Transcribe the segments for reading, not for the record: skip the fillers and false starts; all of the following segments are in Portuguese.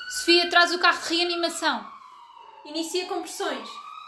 Sofia, traz o carro de reanimação. Inicia compressões.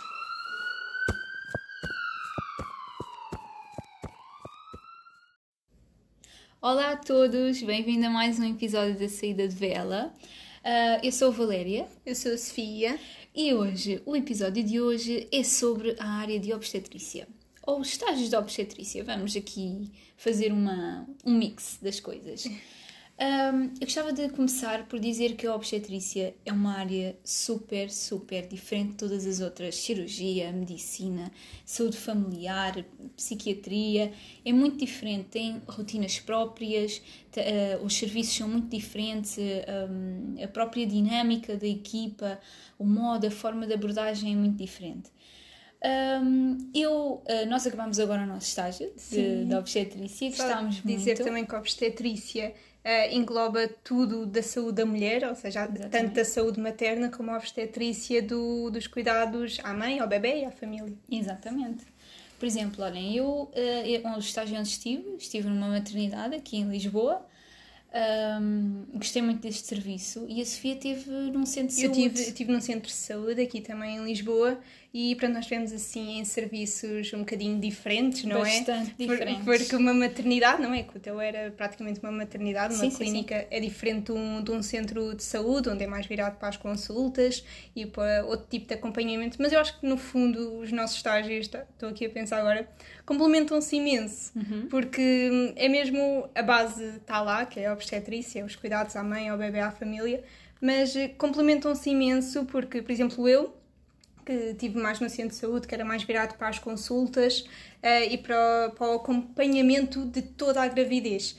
Olá a todos, bem-vindo a mais um episódio da Saída de Vela. Eu sou a Valéria. Eu sou a Sofia. E hoje, o episódio de hoje é sobre a área de obstetrícia. Ou os estágios de obstetrícia. Vamos aqui fazer um mix das coisas. Eu gostava de começar por dizer que a obstetrícia é uma área super, super diferente de todas as outras. Cirurgia, medicina, saúde familiar, psiquiatria. É muito diferente, tem rotinas próprias, os serviços são muito diferentes, a própria dinâmica da equipa, o modo, a forma de abordagem é muito diferente. Nós acabamos agora o nosso estágio de obstetrícia e gostámos muito. Dizer também que a obstetrícia engloba tudo da saúde da mulher, ou seja, tanto da saúde materna como a obstetrícia dos cuidados à mãe, ao bebê e à família. Exatamente. Por exemplo, olhem, o estágio onde estive numa maternidade aqui em Lisboa. Gostei muito deste serviço e a Sofia esteve num centro de saúde. Eu estive num centro de saúde aqui também em Lisboa e pronto, nós estivemos assim em serviços um bocadinho diferentes, não é? Bastante diferentes. Porque uma maternidade, não é? Que o teu era praticamente uma maternidade, uma clínica sim. É diferente de um centro de saúde, onde é mais virado para as consultas e para outro tipo de acompanhamento, mas eu acho que no fundo os nossos estágios, estou aqui a pensar agora, complementam-se imenso, porque é mesmo a base está lá, que é a obstetrícia, os cuidados à mãe, ao bebê, à família, mas complementam-se imenso porque, por exemplo, eu, que estive mais no centro de saúde, que era mais virado para as consultas e para o acompanhamento de toda a gravidez.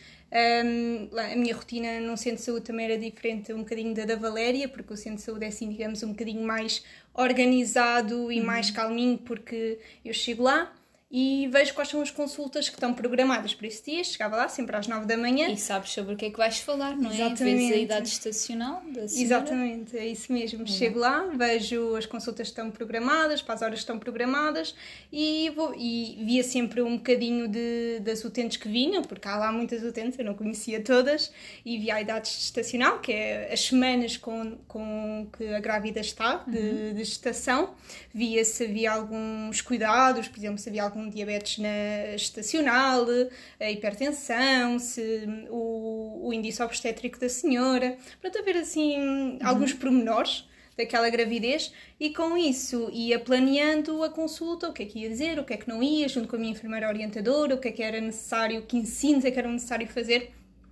A minha rotina num centro de saúde também era diferente um bocadinho da Valéria, porque o centro de saúde é assim, digamos, um bocadinho mais organizado e mais calminho, porque eu chego lá e vejo quais são as consultas que estão programadas para esse dia. Chegava lá sempre às 9 da manhã. E sabes sobre o que é que vais falar, não é? Exatamente. Vês a idade estacional da senhora. Exatamente, é isso mesmo. Chego lá, vejo as consultas que estão programadas, para as horas que estão programadas e via sempre um bocadinho das utentes que vinham, porque há lá muitas utentes, eu não conhecia todas, e via a idade gestacional, que é as semanas com que a grávida está de gestação. Via se havia alguns cuidados, por exemplo, se havia algum diabetes gestacional, a hipertensão, se o índice obstétrico da senhora, para haver assim alguns pormenores daquela gravidez e com isso ia planeando a consulta, o que é que ia dizer, o que é que não ia, junto com a minha enfermeira orientadora, o que é que era necessário, que ensinos é que era necessário fazer.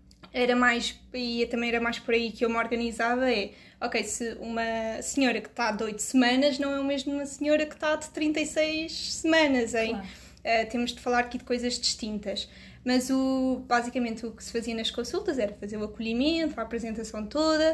Também era mais por aí que eu me organizava, ok, se uma senhora que está de 8 semanas não é o mesmo uma senhora que está de 36 semanas, hein? Claro. Temos de falar aqui de coisas distintas. Mas basicamente o que se fazia nas consultas era fazer o acolhimento, a apresentação toda,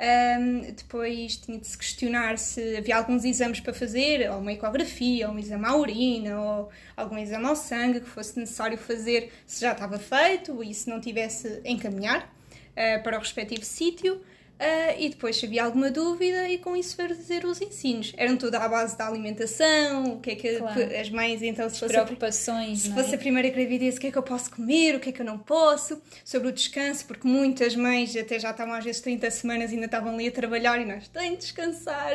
depois tinha de se questionar se havia alguns exames para fazer, ou uma ecografia, ou um exame à urina, ou algum exame ao sangue que fosse necessário fazer se já estava feito e se não tivesse, encaminhar para o respectivo sítio. E depois, se havia alguma dúvida, e com isso fazer os ensinos. Eram toda à base da alimentação, o que é que as mães, então, se fosse a primeira gravidez, o que é que eu posso comer, o que é que eu não posso, sobre o descanso, porque muitas mães até já estavam às vezes 30 semanas e ainda estavam ali a trabalhar e nós temos de descansar.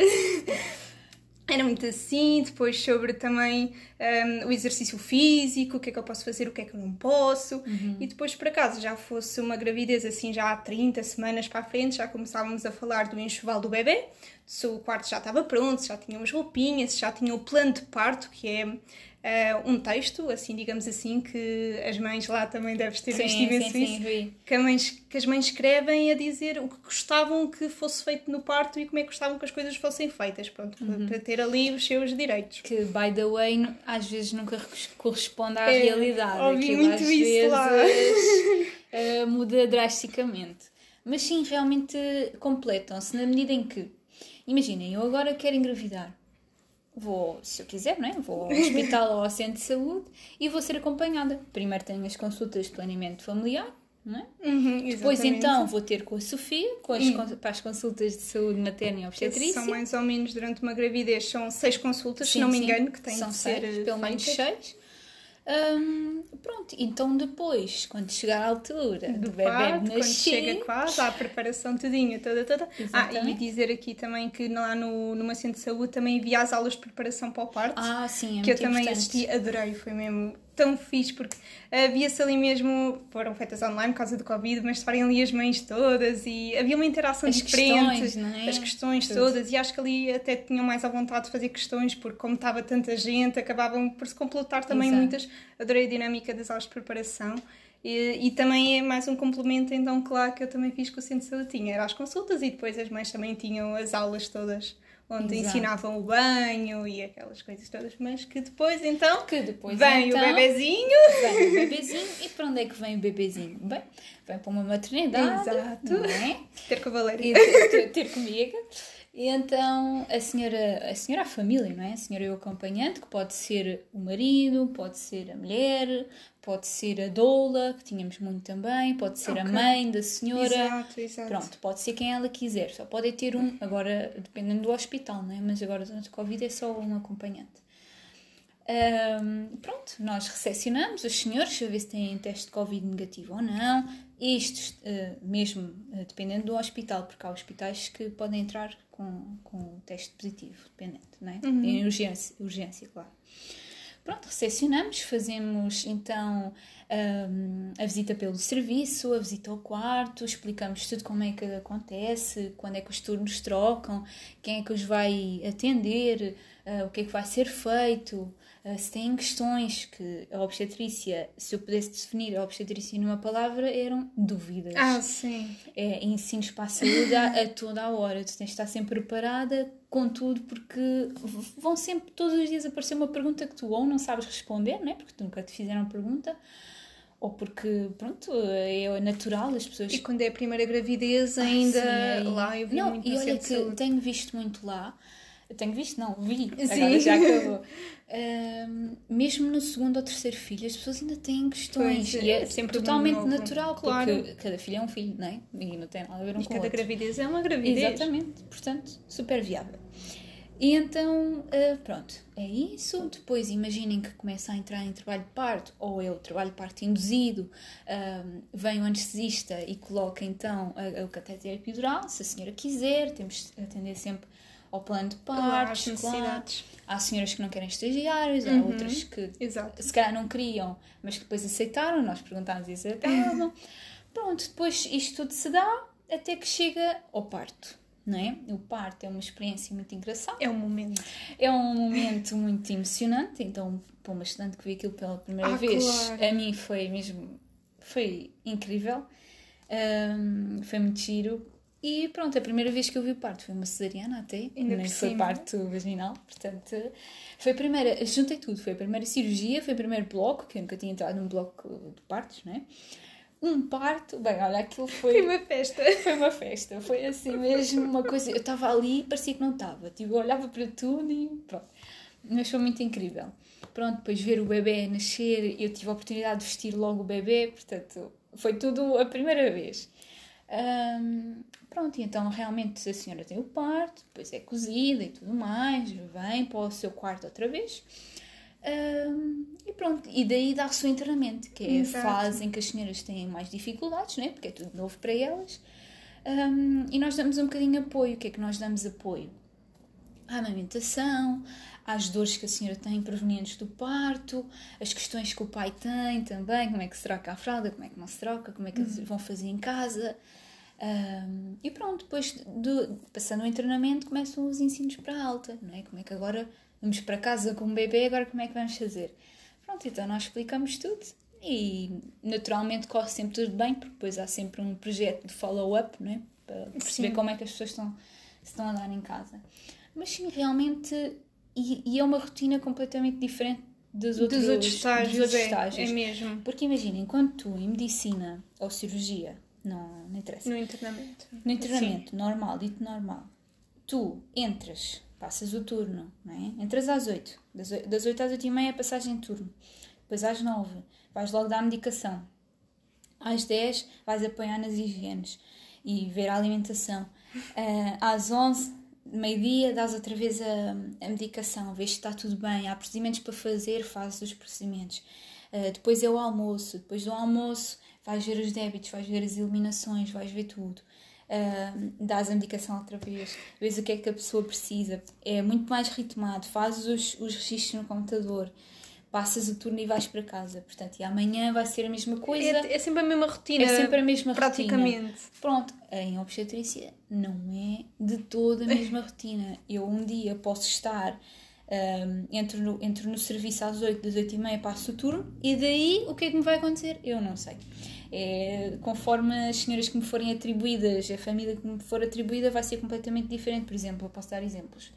Era muito assim, depois sobre também o exercício físico, o que é que eu posso fazer, o que é que eu não posso. E depois, por acaso, já fosse uma gravidez assim já há 30 semanas para a frente, já começávamos a falar do enxoval do bebê, se o quarto já estava pronto, se já tinha umas roupinhas, se já tinha o plano de parto, que é um texto, assim, digamos assim, que as mães lá também deves ter visto imenso isso, que as mães escrevem a dizer o que gostavam que fosse feito no parto e como é que gostavam que as coisas fossem feitas, pronto, para ter ali os seus direitos. Que, by the way, às vezes nunca corresponde à realidade. Ouvi muito às isso lá. Muda drasticamente. Mas sim, realmente completam-se na medida em que, imaginem, eu agora quero engravidar. Vou, se eu quiser, não é? Vou ao hospital ou ao centro de saúde e vou ser acompanhada. Primeiro tenho as consultas de planeamento familiar, não é? Depois então vou ter com a Sofia, para as consultas de saúde materna e obstetrícia. São mais ou menos durante uma gravidez, são 6 consultas, se não me engano, que têm de ser pelo menos 6. Pronto, então depois, quando chegar à altura do bebê parto, quando nascer... chega quase, há a preparação tudinha, toda. E Exatamente. dizer aqui também que lá numa centro de saúde também havia as aulas de preparação para o parto. Sim, é que eu muito também importante. assisti, adorei, foi mesmo tão fixe, porque havia-se ali mesmo, foram feitas online por causa do Covid, mas estarem ali as mães todas e havia uma interação As diferente, questões, não é? as questões Tudo. todas, e acho que ali até tinham mais à vontade de fazer questões, porque como estava tanta gente, acabavam por se completar também Exato. muitas. Adorei a dinâmica das aulas de preparação. E também é mais um complemento, então, claro, que eu também fiz com o Centro de Saúde. Tinha, era as consultas e depois as mães também tinham as aulas todas, onde Exato. ensinavam o banho e aquelas coisas todas, mas que depois, então, vem o bebezinho. Vem o bebezinho. E para onde é que vem o bebezinho? Bem, vem para uma maternidade. Exato. Não é? Ter cavaleiro. E ter comigo. E então a família, não é? A senhora e o acompanhante, que pode ser o marido, pode ser a mulher, pode ser a doula, que tínhamos muito também, pode ser a mãe da senhora. Exato. Pronto, pode ser quem ela quiser. Só pode ter um, agora dependendo do hospital, não é? Mas agora durante o Covid é só um acompanhante. Pronto, nós recepcionamos os senhores a ver se têm teste de Covid negativo ou não. Isto mesmo dependendo do hospital, porque há hospitais que podem entrar com teste positivo, dependente, não é? Em urgência, claro. Pronto, recepcionamos, fazemos então a visita pelo serviço, a visita ao quarto, explicamos tudo como é que acontece, quando é que os turnos trocam, quem é que os vai atender, o que é que vai ser feito, se têm questões que a obstetrícia, se eu pudesse definir a obstetrícia numa palavra, eram dúvidas. Sim. É ensinos para a saúde a toda a hora. Tu tens de estar sempre preparada com tudo, porque vão sempre, todos os dias, aparecer uma pergunta que tu ou não sabes responder, não é? Porque nunca te fizeram pergunta, ou porque, pronto, é natural as pessoas... E quando é a primeira gravidez ainda, lá eu vi não, muito e no olha centro de saúde. tenho visto muito lá. Tenho visto, não, vi. Sim. Agora já acabou. Mesmo no segundo ou terceiro filho, as pessoas ainda têm questões. Pois, e é sempre totalmente muito novo. natural, Claro. porque cada filho é um filho, não é? E não tem nada a ver E com o cada outro. gravidez é uma gravidez. Exatamente, portanto, super viável. E então, pronto, é isso. Depois imaginem que começa a entrar em trabalho de parto, ou é o trabalho de parto induzido, vem o anestesista e coloca então o catéter epidural, se a senhora quiser, temos de atender sempre ao plano de partos, Claro, as necessidades. Há senhoras que não querem estagiários, há outras que Exato. se calhar não queriam, mas que depois aceitaram, nós perguntámos e aceitavam. Pronto, depois isto tudo se dá até que chega ao parto. Não é? O parto é uma experiência muito engraçada. É um momento. É um momento muito emocionante. Então, para uma estudante que viu aquilo pela primeira vez, claro. a mim foi incrível. Foi muito giro. E pronto, a primeira vez que eu vi o parto foi uma cesariana até. Ainda Nem por foi cima. parto vaginal. Portanto, foi a primeira, juntei tudo. Foi a primeira cirurgia, foi o primeiro bloco, que eu nunca tinha entrado num bloco de partos, não é? Um parto, bem, olha, aquilo Foi uma festa. Foi uma festa, foi assim mesmo uma coisa. Eu estava ali e parecia que não estava. Tipo, eu olhava para tudo e pronto. Mas foi muito incrível. Pronto, depois ver o bebê nascer, eu tive a oportunidade de vestir logo o bebê, portanto, foi tudo a primeira vez. Pronto, e então realmente a senhora tem o parto, depois é cozida e tudo mais, vem para o seu quarto outra vez. E pronto, e daí dá-se o internamento, que é a fase em que as senhoras têm mais dificuldades, né? Porque é tudo novo para elas. E nós damos um bocadinho de apoio. O que é que nós damos apoio? À amamentação, às dores que a senhora tem provenientes do parto, as questões que o pai tem também, como é que se troca a fralda, como é que não se troca, como é que vão fazer em casa. E pronto, depois passando o internamento começam os ensinos para a alta, não é? Como é que agora vamos para casa com o bebê, agora como é que vamos fazer? Pronto, então nós explicamos tudo e naturalmente corre sempre tudo bem, porque depois há sempre um projeto de follow-up, não é? Para perceber como é que as pessoas estão a dar em casa. Mas sim, realmente, e é uma rotina completamente diferente dos outros estágios. É mesmo. Porque imaginem, quando tu em medicina ou cirurgia, não interessa. No internamento. No internamento, normal, dito normal, tu entras, passas o turno, não é? Entras às 8, das 8 às 8h30 é passagem de turno. Depois às 9 vais logo dar a medicação. Às 10 vais apoiar nas higienes e ver a alimentação. Às 11, meio-dia, dás outra vez a medicação, vês se está tudo bem. Há procedimentos para fazer, fazes os procedimentos. Depois é o almoço. Depois do almoço vais ver os débitos, vais ver as eliminações, vais ver tudo. Dás a medicação outra vez, vês o que é que a pessoa precisa. É muito mais ritmado. Fazes os registros no computador. Passas o turno e vais para casa. Portanto, e amanhã vai ser a mesma coisa. É sempre a mesma rotina. É sempre a mesma praticamente. rotina. Pronto, em obstetrícia não é de toda a mesma rotina. Eu um dia posso estar, entro no serviço às 8, das 8h30 passo o turno e daí o que é que me vai acontecer? Eu não sei. Conforme as senhoras que me forem atribuídas, a família que me for atribuída vai ser completamente diferente. Por exemplo, eu posso dar exemplos.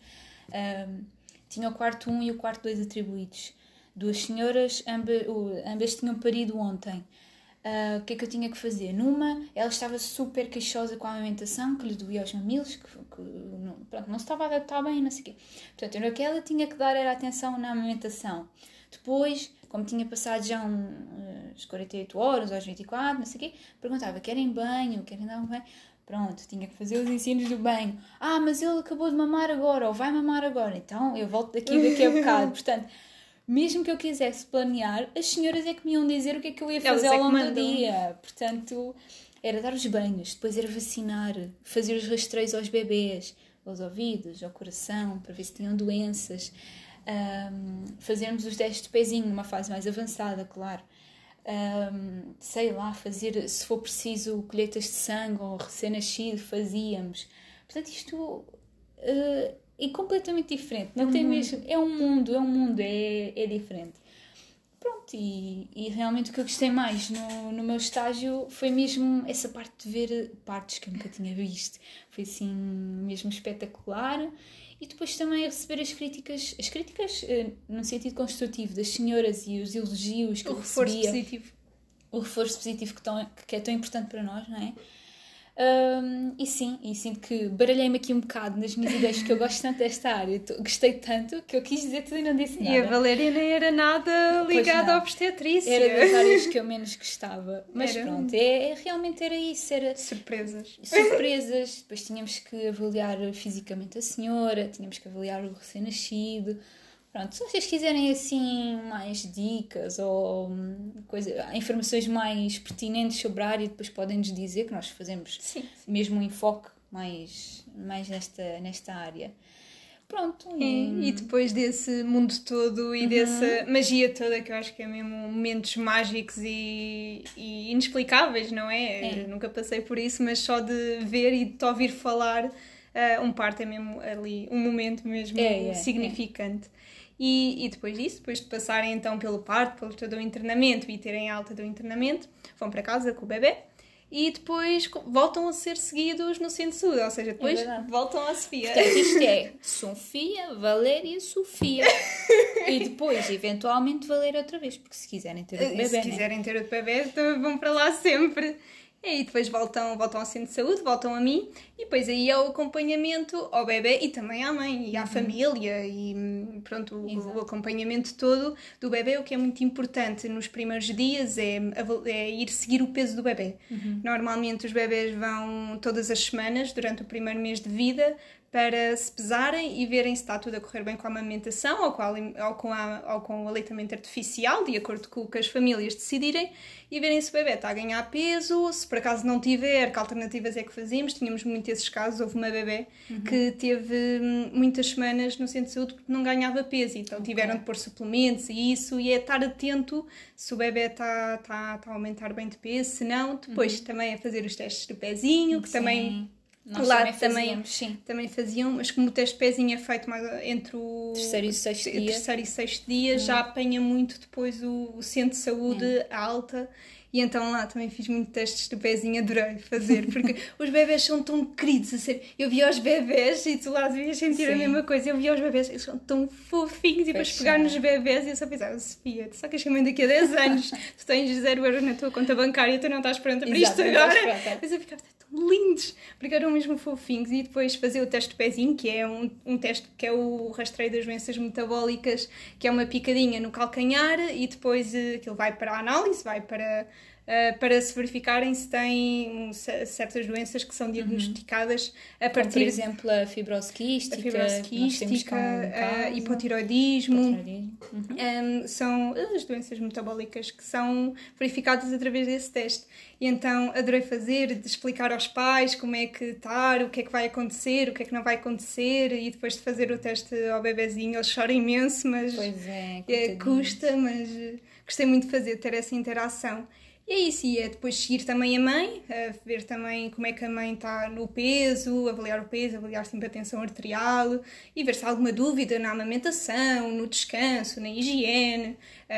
Tinha o quarto 1 e o quarto 2 atribuídos. 2 senhoras, ambas tinham parido ontem. O que é que eu tinha que fazer? Numa, ela estava super queixosa com a amamentação, que lhe doía os mamilos, não se estava a adaptar bem, não sei o quê. Portanto, o que ela tinha que dar era atenção na amamentação. Depois, como tinha passado já as 48 horas, ou as 24, não sei o quê, perguntava, querem banho, querem dar um banho? Pronto, tinha que fazer os ensinos do banho. Mas ele acabou de mamar agora, ou vai mamar agora. Então, eu volto daqui a bocado. Portanto, mesmo que eu quisesse planear, as senhoras é que me iam dizer o que é que eu ia fazer ao longo do dia. Portanto, era dar os banhos, depois era vacinar, fazer os rastreios aos bebês, aos ouvidos, ao coração, para ver se tinham doenças. Fazermos os testes de pezinho numa fase mais avançada, claro. Sei lá, fazer, se for preciso, colheitas de sangue ou recém-nascido, fazíamos. Portanto, isto... é completamente diferente, não tem mesmo, é um mundo, é diferente. Pronto, e realmente o que eu gostei mais no meu estágio foi mesmo essa parte de ver partes que eu nunca tinha visto. Foi assim mesmo espetacular. E depois também receber as críticas no sentido construtivo das senhoras e os elogios que eu recebia. O reforço positivo que é tão importante para nós, não é? E sinto que baralhei-me aqui um bocado nas minhas ideias, porque eu gosto tanto desta área, gostei tanto que eu quis dizer tudo e não disse nada. E a Valéria nem era nada ligada à obstetrícia. Era das áreas que eu menos gostava. Mas pronto, realmente era isso. Era surpresas. Depois tínhamos que avaliar fisicamente a senhora, tínhamos que avaliar o recém-nascido. Pronto, se vocês quiserem assim mais dicas ou informações mais pertinentes sobre a área, depois podem-nos dizer que nós fazemos mesmo um enfoque mais nesta área. Pronto. E depois desse mundo todo e dessa magia toda, que eu acho que é mesmo momentos mágicos e inexplicáveis, não é? Eu nunca passei por isso, mas só de ver e de te ouvir falar, um parto é mesmo ali um momento mesmo significante. E depois disso, depois de passarem então pelo parto, pelo todo o internamento e terem alta do internamento, vão para casa com o bebê e depois voltam a ser seguidos no centro de saúde, ou seja, depois voltam à Sofia. Portanto, isto é Sofia, Valéria, Sofia. E depois, eventualmente, Valéria outra vez, porque se quiserem ter outro bebê, se quiserem ter outro bebê, vão para lá sempre. E depois voltam ao centro de saúde, voltam a mim, e depois aí é o acompanhamento ao bebê e também à mãe e à família e pronto, o acompanhamento todo do bebê. O que é muito importante nos primeiros dias é ir seguir o peso do bebê. Normalmente os bebés vão todas as semanas durante o primeiro mês de vida para se pesarem e verem se está tudo a correr bem com a amamentação ou com o aleitamento artificial, de acordo com o que as famílias decidirem, e verem se o bebê está a ganhar peso, se por acaso não tiver, que alternativas é que fazemos. Tínhamos muito esses casos. Houve uma bebê que teve muitas semanas no centro de saúde porque não ganhava peso, então tiveram de pôr suplementos e isso, e é estar atento se o bebê está a aumentar bem de peso, se não. Depois também é fazer os testes do pezinho, que também... Nós lá também faziam, mas como o teste de pezinho é feito mais entre o terceiro e sexto dia, já apanha muito depois o centro de saúde alta, e então lá também fiz muito testes de pezinho, adorei fazer, porque os bebés são tão queridos, a sério. Eu via os bebés e tu lá devias sentir a mesma coisa, eu via os bebés, eles são tão fofinhos, e depois pegar nos bebés e eu só pensava, Sofia, tu só queres que daqui a 10 anos tu tens 0 euros na tua conta bancária, tu não estás pronta para isto agora, mas eu ficava lindos, porque eram mesmo fofinhos. E depois fazer o teste de pezinho, que é um teste que é o rastreio das doenças metabólicas, que é uma picadinha no calcanhar, e depois aquilo vai para a análise, vai para para se verificarem se têm certas doenças que são diagnosticadas a Como, partir por exemplo, a fibrose quística, hipotiroidismo. São as doenças metabólicas que são verificadas através desse teste. E então adorei fazer, de explicar aos pais como é que está, o que é que vai acontecer, o que é que não vai acontecer, e depois de fazer o teste ao bebezinho, ele chora imenso, mas custa, mas gostei muito de fazer, ter essa interação. E é isso, e é depois seguir também a mãe, ver também como é que a mãe está no peso, avaliar o peso, avaliar sempre a tensão arterial e ver se há alguma dúvida na amamentação, no descanso, na higiene,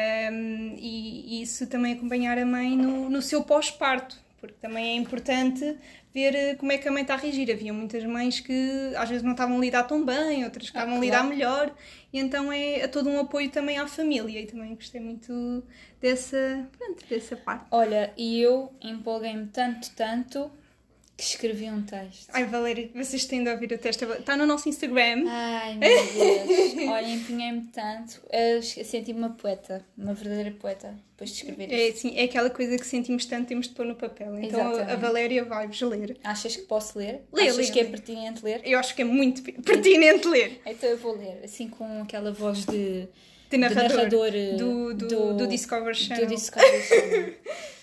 e isso também acompanhar a mãe no seu pós-parto, porque também é importante ver como é que a mãe está a reagir. Havia muitas mães que às vezes não estavam a lidar tão bem, outras que estavam a lidar melhor, e então é todo um apoio também à família, e também gostei muito dessa parte. Olha, e eu empolguei-me tanto que escrevi um texto. Ai, Valéria, vocês têm de ouvir o texto. Está no nosso Instagram. Ai, meu Deus. Olha, empenhei-me tanto. Eu senti-me uma poeta, uma verdadeira poeta, depois de escrever isto. Sim, é aquela coisa que sentimos tanto, temos de pôr no papel. Então a Valéria vai-vos ler. Achas que posso ler? Achas que é pertinente ler? Eu acho que é muito pertinente ler. Então eu vou ler, assim com aquela voz de narrador do Discovery Channel. Do Discovery Channel.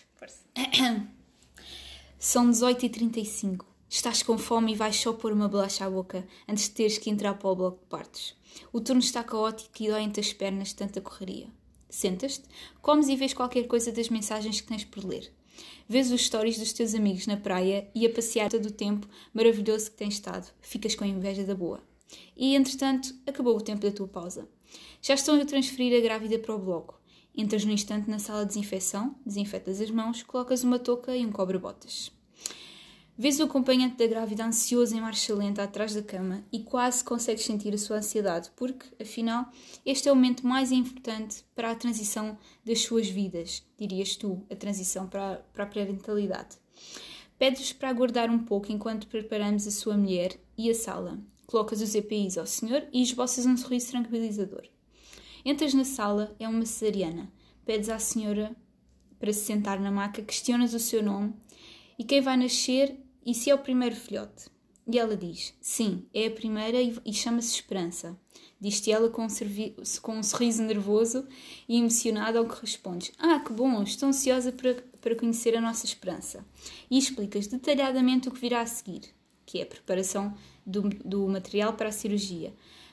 São 18h35. Estás com fome e vais só pôr uma bolacha à boca antes de teres que entrar para o bloco de partos. O turno está caótico e doem-te as pernas de tanta correria. Sentas-te, comes e vês qualquer coisa das mensagens que tens por ler. Vês os stories dos teus amigos na praia e a passear todo o tempo maravilhoso que tens estado. Ficas com inveja da boa. E, entretanto, acabou o tempo da tua pausa. Já estão a transferir a grávida para o bloco. Entras no instante na sala de desinfecção, desinfetas as mãos, colocas uma touca e um cobre-botas. Vês o acompanhante da grávida ansioso em marcha lenta atrás da cama e quase consegues sentir a sua ansiedade, porque, afinal, este é o momento mais importante para a transição das suas vidas, dirias tu, a transição para a parentalidade. Pedes-vos para aguardar um pouco enquanto preparamos a sua mulher e a sala. Colocas os EPIs ao senhor e esboças um sorriso tranquilizador. Entras na sala, é uma cesariana. Pedes à senhora para se sentar na maca, questionas o seu nome e quem vai nascer e se é o primeiro filhote. E ela diz, sim, é a primeira e chama-se Esperança. Diz-te ela com um sorriso nervoso e emocionado ao que respondes. Ah, que bom, estou ansiosa para conhecer a nossa Esperança. E explicas detalhadamente o que virá a seguir, que é a preparação do material para a cirurgia.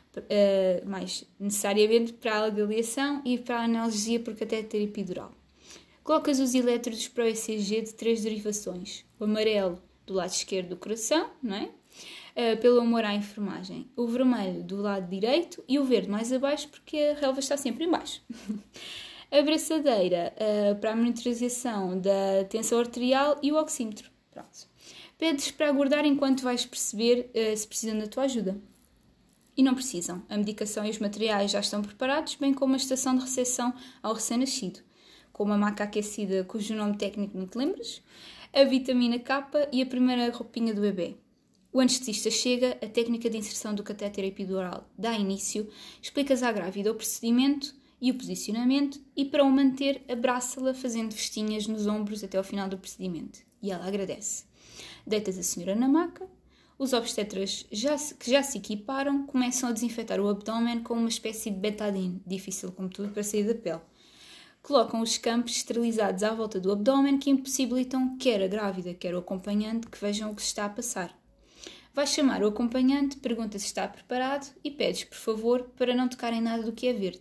Mais necessariamente para a algaliação e para a analgesia por catéter epidural. Colocas os elétrodos para o ECG de 3 derivações. O amarelo do lado esquerdo do coração, não é? Pelo amor à enfermagem. O vermelho do lado direito e o verde mais abaixo porque a relva está sempre em baixo. A braçadeira para a monitorização da tensão arterial e o oxímetro. Pronto. Pedes para aguardar enquanto vais perceber se precisam da tua ajuda. E não precisam. A medicação e os materiais já estão preparados, bem como a estação de recepção ao recém-nascido, com uma maca aquecida cujo nome técnico não te lembras, a vitamina K e a primeira roupinha do bebê. O anestesista chega, a técnica de inserção do catéter epidural dá início, explicas à grávida o procedimento e o posicionamento e para o manter abraça-la fazendo festinhas nos ombros até ao final do procedimento. E ela agradece. Deitas a senhora na maca. Os obstetras que já se equiparam começam a desinfetar o abdômen com uma espécie de betadine, difícil como tudo para sair da pele. Colocam os campos esterilizados à volta do abdômen que impossibilitam quer a grávida, quer o acompanhante que vejam o que se está a passar. Vais chamar o acompanhante, pergunta se está preparado e pedes, por favor, para não tocar em nada do que é verde.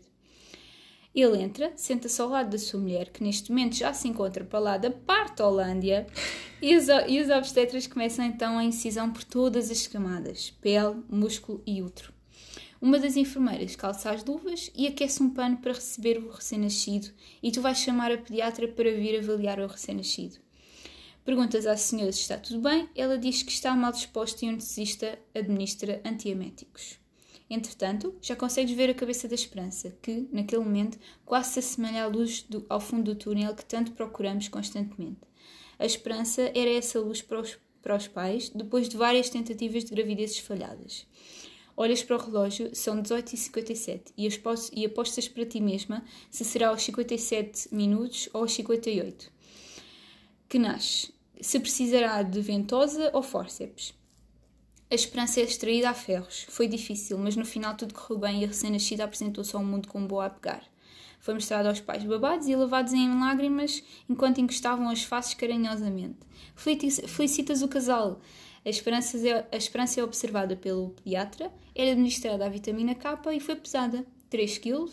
Ele entra, senta-se ao lado da sua mulher, que neste momento já se encontra para lá da parte da Holândia, e os obstetras começam então a incisão por todas as camadas, pele, músculo e útero. Uma das enfermeiras calça as luvas e aquece um pano para receber o recém-nascido e tu vais chamar a pediatra para vir avaliar o recém-nascido. Perguntas à senhora se está tudo bem, ela diz que está mal disposta e o anestesista administra antieméticos. Entretanto, já consegues ver a cabeça da Esperança, que, naquele momento, quase se assemelha à luz ao fundo do túnel que tanto procuramos constantemente. A Esperança era essa luz para os pais, depois de várias tentativas de gravidezes falhadas. Olhas para o relógio, são 18h57 e apostas para ti mesma se será aos 57 minutos ou aos 58. que nasce. Se precisará de ventosa ou fórceps. A esperança é extraída a ferros. Foi difícil, mas no final tudo correu bem e a recém-nascida apresentou-se ao mundo com boa a pegar. Foi mostrado aos pais babados e lavados em lágrimas enquanto encostavam as faces carinhosamente. Felicitas o casal. A esperança é observada pelo pediatra, era administrada a vitamina K e foi pesada. 3 kg,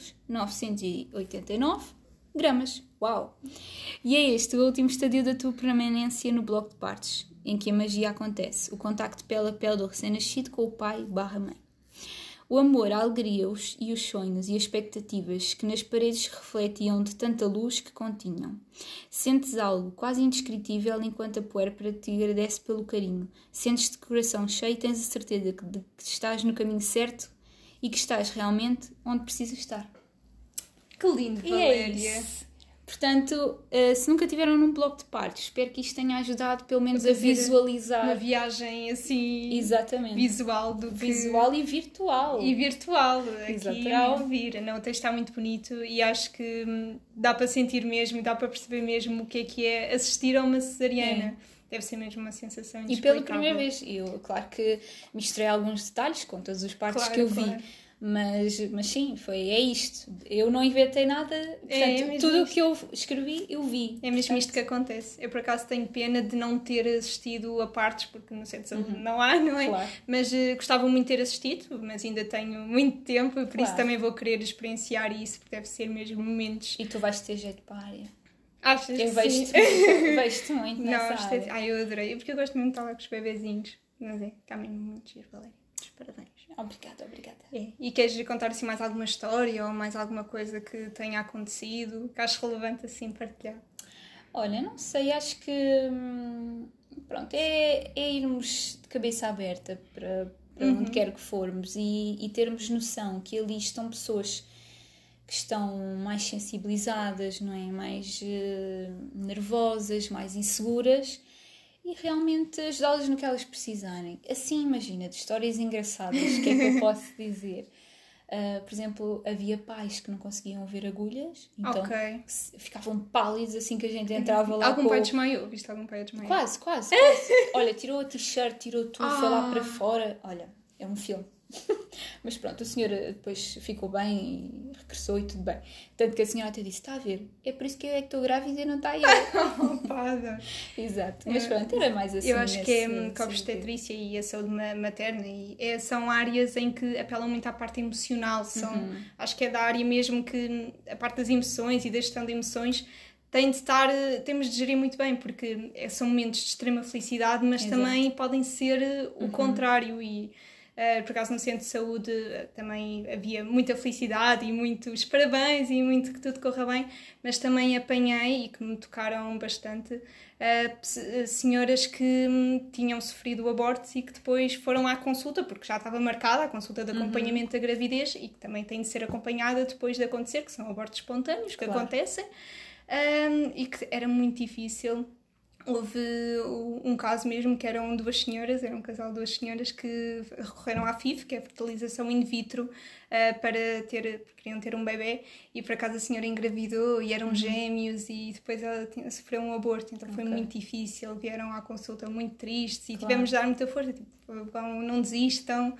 989 gramas. Uau! E é este o último estadio da tua permanência no bloco de partos, em que a magia acontece. O contacto pele a pele do recém-nascido com o pai/mãe. O amor, a alegria e os sonhos e as expectativas que nas paredes refletiam de tanta luz que continham. Sentes algo quase indescritível enquanto a puérpera te agradece pelo carinho. Sentes-te de coração cheio e tens a certeza de que estás no caminho certo e que estás realmente onde precisas estar. Que lindo, Valéria! Portanto, se nunca tiveram num bloco de partos, espero que isto tenha ajudado pelo menos a visualizar. Uma viagem assim... Exatamente. Visual do que... Visual e virtual. E virtual, Exatamente. aqui a ouvir. Não, o texto está muito bonito e acho que dá para sentir mesmo e dá para perceber mesmo o que é assistir a uma cesariana. Deve ser mesmo uma sensação inexplicável. E pela primeira vez. Eu, claro que misturei alguns detalhes com todos os partos que eu vi. Claro. Mas sim, é isto. Eu não inventei nada. Portanto, tudo o que eu escrevi, eu vi. É mesmo isto que acontece. Eu, por acaso, tenho pena de não ter assistido a partes, porque no centro de saúde não há, não é? Claro. Mas gostava muito de ter assistido, mas ainda tenho muito tempo e por isso também vou querer experienciar isso, porque deve ser mesmo momentos... E tu vais ter jeito para a área. Achas que sim? Vejo-te muito nessa área. Ai, eu adorei. Porque eu gosto muito de estar lá com os bebezinhos. Mas está mesmo muito giro, Valéria. Parabéns. Obrigada. E queres contar assim mais alguma história ou mais alguma coisa que tenha acontecido que acho relevante assim partilhar? Olha, não sei, acho que pronto, é irmos de cabeça aberta para onde quer que formos e termos noção que ali estão pessoas que estão mais sensibilizadas, não é? Mais nervosas, mais inseguras. E realmente ajudá-las no que elas precisarem. Assim, imagina, de histórias engraçadas, o que é que eu posso dizer? Por exemplo, havia pais que não conseguiam ver agulhas, então ficavam pálidos assim que a gente entrava lá. Algum pai desmaiou? Viste algum pai desmaiou? Quase. Olha, tirou a t-shirt, tirou tudo, foi lá para fora. Olha, é um filme. Mas pronto, a senhora depois ficou bem e regressou e tudo bem. Tanto que a senhora até disse, está a ver, é por isso que eu é que estou grávida e não está eu. Exato, mas pronto, era mais assim. Eu acho que a obstetrícia e a saúde materna são áreas em que apelam muito à parte emocional. Acho que é da área mesmo que a parte das emoções e da gestão de emoções temos de gerir muito bem, porque são momentos de extrema felicidade, mas também podem ser o contrário e... por acaso no centro de saúde também havia muita felicidade e muitos parabéns e muito que tudo corra bem, mas também apanhei, e que me tocaram bastante, senhoras que tinham sofrido abortos e que depois foram à consulta, porque já estava marcada a consulta de acompanhamento da gravidez e que também tem de ser acompanhada depois de acontecer, que são abortos espontâneos que acontecem, e que era muito difícil. Houve um caso mesmo que era um casal de duas senhoras que recorreram à FIV, que é a fertilização in vitro, porque queriam ter um bebê, e por acaso a senhora engravidou e eram gêmeos e depois ela sofreu um aborto, então foi muito difícil, vieram à consulta muito tristes e tivemos de dar muita força, tipo, não desistam,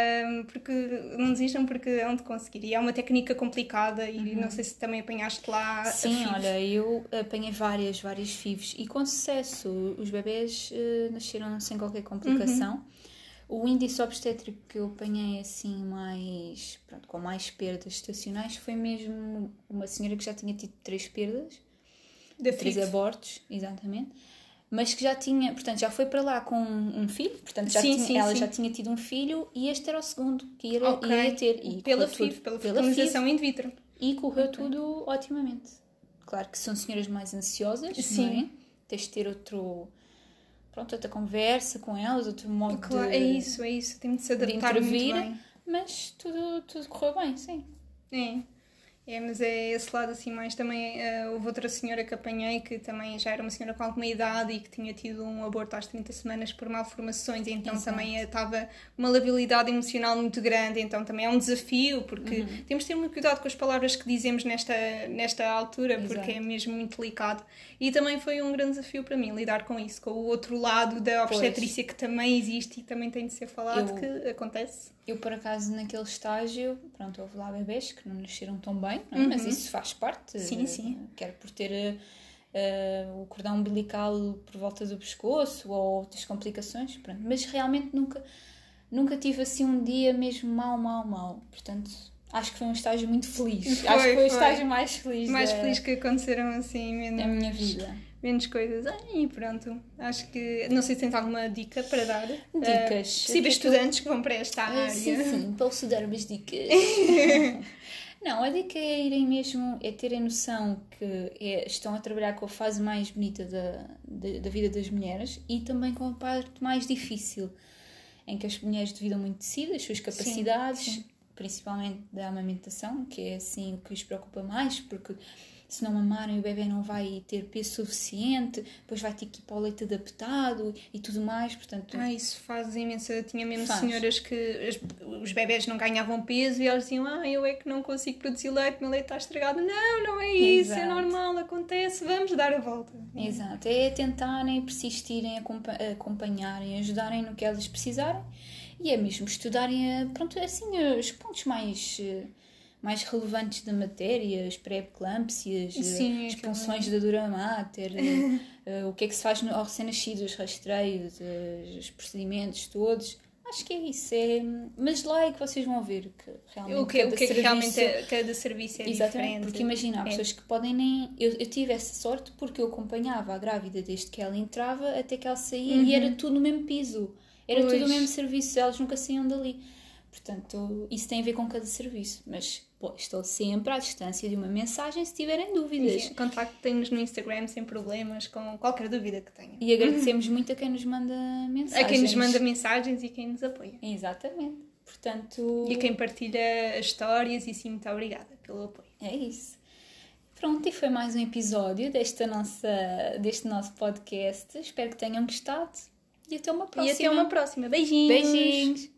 porque hão de conseguir. E é uma técnica complicada e não sei se também apanhaste lá. Sim, olha, eu apanhei várias FIVs e com sucesso. Os bebés nasceram sem qualquer complicação. O índice obstétrico que eu apanhei assim com mais perdas estacionais foi mesmo uma senhora que já tinha tido 3 perdas, 3 abortos, exatamente, mas que já tinha, portanto, já foi para lá com um filho, portanto, ela já tinha tido um filho e este era o segundo que ia ter. E pela fertilização in vitro. E correu tudo otimamente. Claro que são senhoras mais ansiosas, não é? Tens de ter outra conversa com elas, outro modo de... É isso. Tem de se adaptar muito bem. Mas tudo correu bem, sim. Mas é esse lado assim mais também. Houve outra senhora que apanhei que também já era uma senhora com alguma idade e que tinha tido um aborto às 30 semanas por malformações, então Exato. também estava uma labilidade emocional muito grande, então também é um desafio, porque temos de ter muito cuidado com as palavras que dizemos nesta altura, porque Exato. é mesmo muito delicado. E também foi um grande desafio para mim lidar com isso, com o outro lado da obstetrícia que também existe e também tem de ser falado, que acontece. Eu, por acaso, naquele estágio, pronto, houve lá bebés que não nasceram tão bem, não é? Mas isso faz parte. Sim. Quer por ter o cordão umbilical por volta do pescoço ou outras complicações, pronto. Mas realmente nunca tive assim um dia mesmo mau. Portanto, acho que foi um estágio muito feliz. Acho que foi o estágio mais feliz. Mais feliz que aconteceram assim menos... da minha vida. Menos coisas. E pronto. Acho que... Não sei se tens alguma dica para dar. Dicas. Possíveis estudantes que vão para esta área. Sim. Posso dar umas dicas. Não, a dica é irem mesmo... É terem noção que estão a trabalhar com a fase mais bonita da vida das mulheres e também com a parte mais difícil, em que as mulheres duvidam muito de si, das suas capacidades, Sim. Principalmente da amamentação, que é assim o que os preocupa mais, porque se não mamarem o bebê não vai ter peso suficiente, depois vai ter que ir para o leite adaptado e tudo mais, portanto... Isso faz imensa... Tinha mesmo Faz. senhoras que os bebés não ganhavam peso e elas diziam, eu é que não consigo produzir leite, meu leite está estragado. Não é isso, Exato. é normal, acontece, vamos dar a volta. Exato, é tentarem, persistirem, acompanharem, ajudarem no que elas precisarem e é mesmo estudarem, pronto, assim, os pontos mais relevantes da matéria, as pré-eclâmpsias, as punções da dura mater, o que é que se faz ao recém-nascido, os rastreios, os procedimentos todos. Acho que é isso. Mas lá é que vocês vão ver que realmente cada serviço é diferente. Porque imagina, há pessoas que podem nem... Eu tive essa sorte porque eu acompanhava a grávida desde que ela entrava até que ela saía e era tudo no mesmo piso. Era tudo o mesmo serviço, elas nunca saíam dali. Portanto, isso tem a ver com cada serviço. Mas estou sempre à distância de uma mensagem se tiverem dúvidas. Contactem-nos no Instagram sem problemas, com qualquer dúvida que tenham. E agradecemos muito a quem nos manda mensagens. A quem nos manda mensagens e quem nos apoia. Exatamente. Portanto... E quem partilha as histórias e sim, muito obrigada pelo apoio. É isso. Pronto, e foi mais um episódio deste nosso podcast. Espero que tenham gostado. E até uma próxima. Beijinhos! Beijinhos!